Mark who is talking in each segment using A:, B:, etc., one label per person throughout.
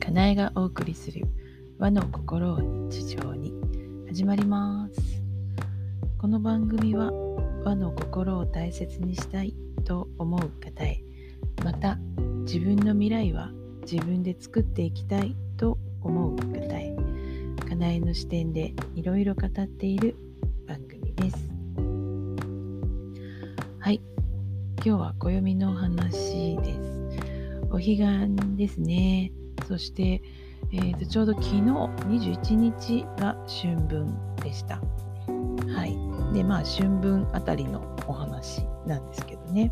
A: かなえがお送りする和の心を日常に始まります。この番組は和の心を大切にしたいと思う方へ、また自分の未来は自分で作っていきたいと思う方へ、かなえの視点でいろいろ語っている番組です。はい、今日は暦のお話です。お彼岸ですね。そして、ちょうど昨日21日が春分でした。はい。で、春分あたりのお話なんですけどね。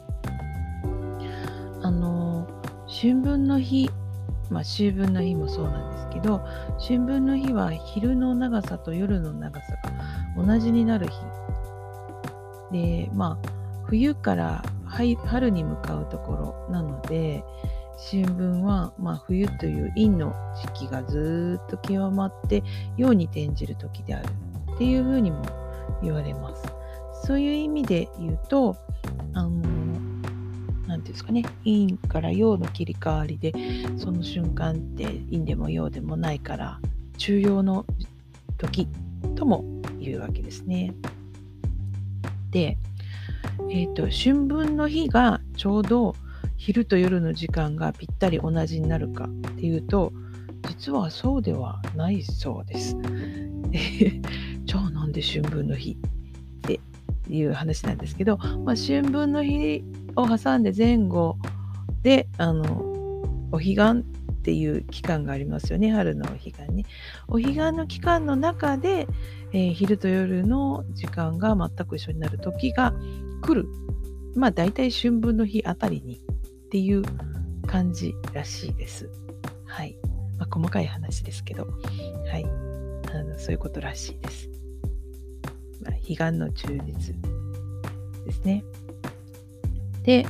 A: 春分の日、秋分の日もそうなんですけど、春分の日は昼の長さと夜の長さが同じになる日で、冬から春に向かうところなので、春分は、冬という陰の時期がずっと極まって陽に転じる時であるっていうふうにも言われます。そういう意味で言うと、なんていうんですかね、陰から陽の切り替わりで、その瞬間って陰でも陽でもないから中陽の時とも言うわけですね。で、春分の日がちょうど昼と夜の時間がぴったり同じになるかっていうと、実はそうではないそうです。じゃあなんで春分の日っていう話なんですけど、春分の日を挟んで前後でお彼岸っていう期間がありますよね。春のお彼岸ね。お彼岸の期間の中で、昼と夜の時間が全く一緒になる時が来る。だいたい春分の日あたりにっていう感じらしいです。はい。細かい話ですけど、はい。そういうことらしいです。彼岸の中日ですね。で、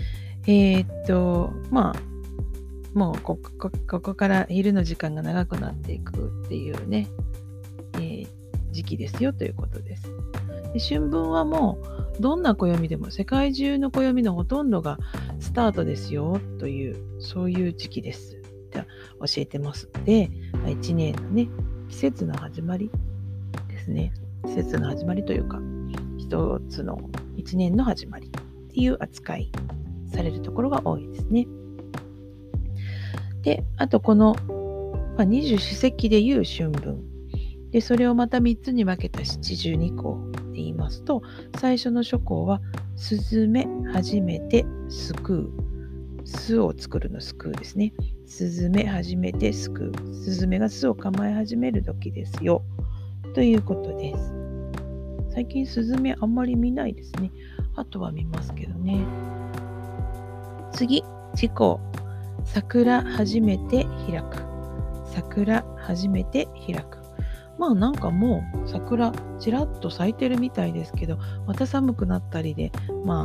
A: もうここから昼の時間が長くなっていくっていうね、時期ですよということです。で、春分はもうどんな暦でも世界中の暦のほとんどがスタートですよというそういう時期ですって教えてますので、1年のね季節の始まりですね。季節の始まりというか一つの1年の始まりっていう扱いされるところが多いですね。で、あとこの、二十四節気でいう春分で、それをまた3つに分けた七十二候で言いますと、最初の初候はすずめ初めてすくう、巣を作るのすくうですね。すずめ初めてすくう、すずめが巣を構え始める時ですよということです。最近スズメあんまり見ないですね。あとは見ますけどね。次、次項。桜初めて開く。桜初めて開く。なんかもう桜ちらっと咲いてるみたいですけど、また寒くなったりで、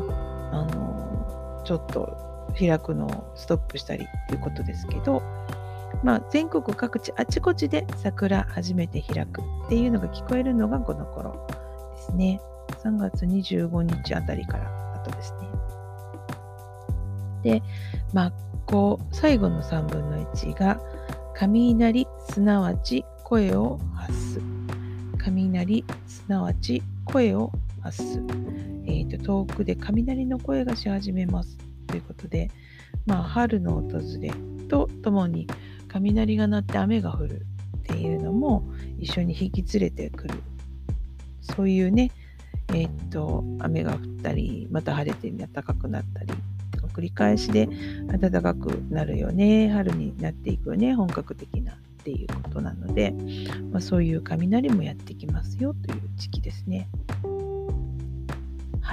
A: ちょっと開くのをストップしたりっていうことですけど、全国各地あちこちで桜初めて開くっていうのが聞こえるのがこの頃ですね。3月25日あたりから後ですね。で、最後の3分の1が雷すなわち声を発す。雷すなわち声を発す。遠くで雷の声がし始めますということで、春の訪れとともに雷が鳴って雨が降るっていうのも一緒に引き連れてくる。そういうね、雨が降ったり、また晴れて暖かくなったり、繰り返しで暖かくなるよね、春になっていくよね、本格的なっていうことなので、そういう雷もやってきますよという時期ですね。はい。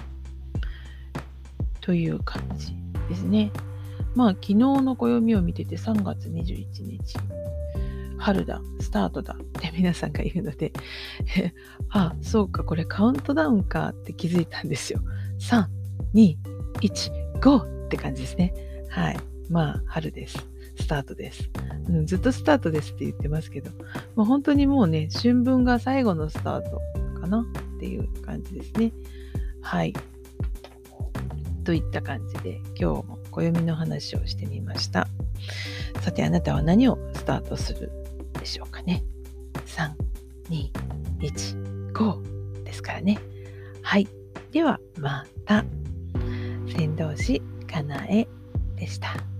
A: という感じですね。昨日の暦を見てて3月21日、春だ、スタートだって皆さんが言うのでそうか、これカウントダウンかって気づいたんですよ。3、2、1、GO って感じですね。はい。春です。スタートです。ずっとスタートですって言ってますけど、本当にもうね、春分が最後のスタートかなっていう感じですね。はい。といった感じで、今日も暦の話をしてみました。さて、あなたは何をスタートするでしょうかね。3、2、1、GO ですからね。はい。ではまた。先導師かなえでした。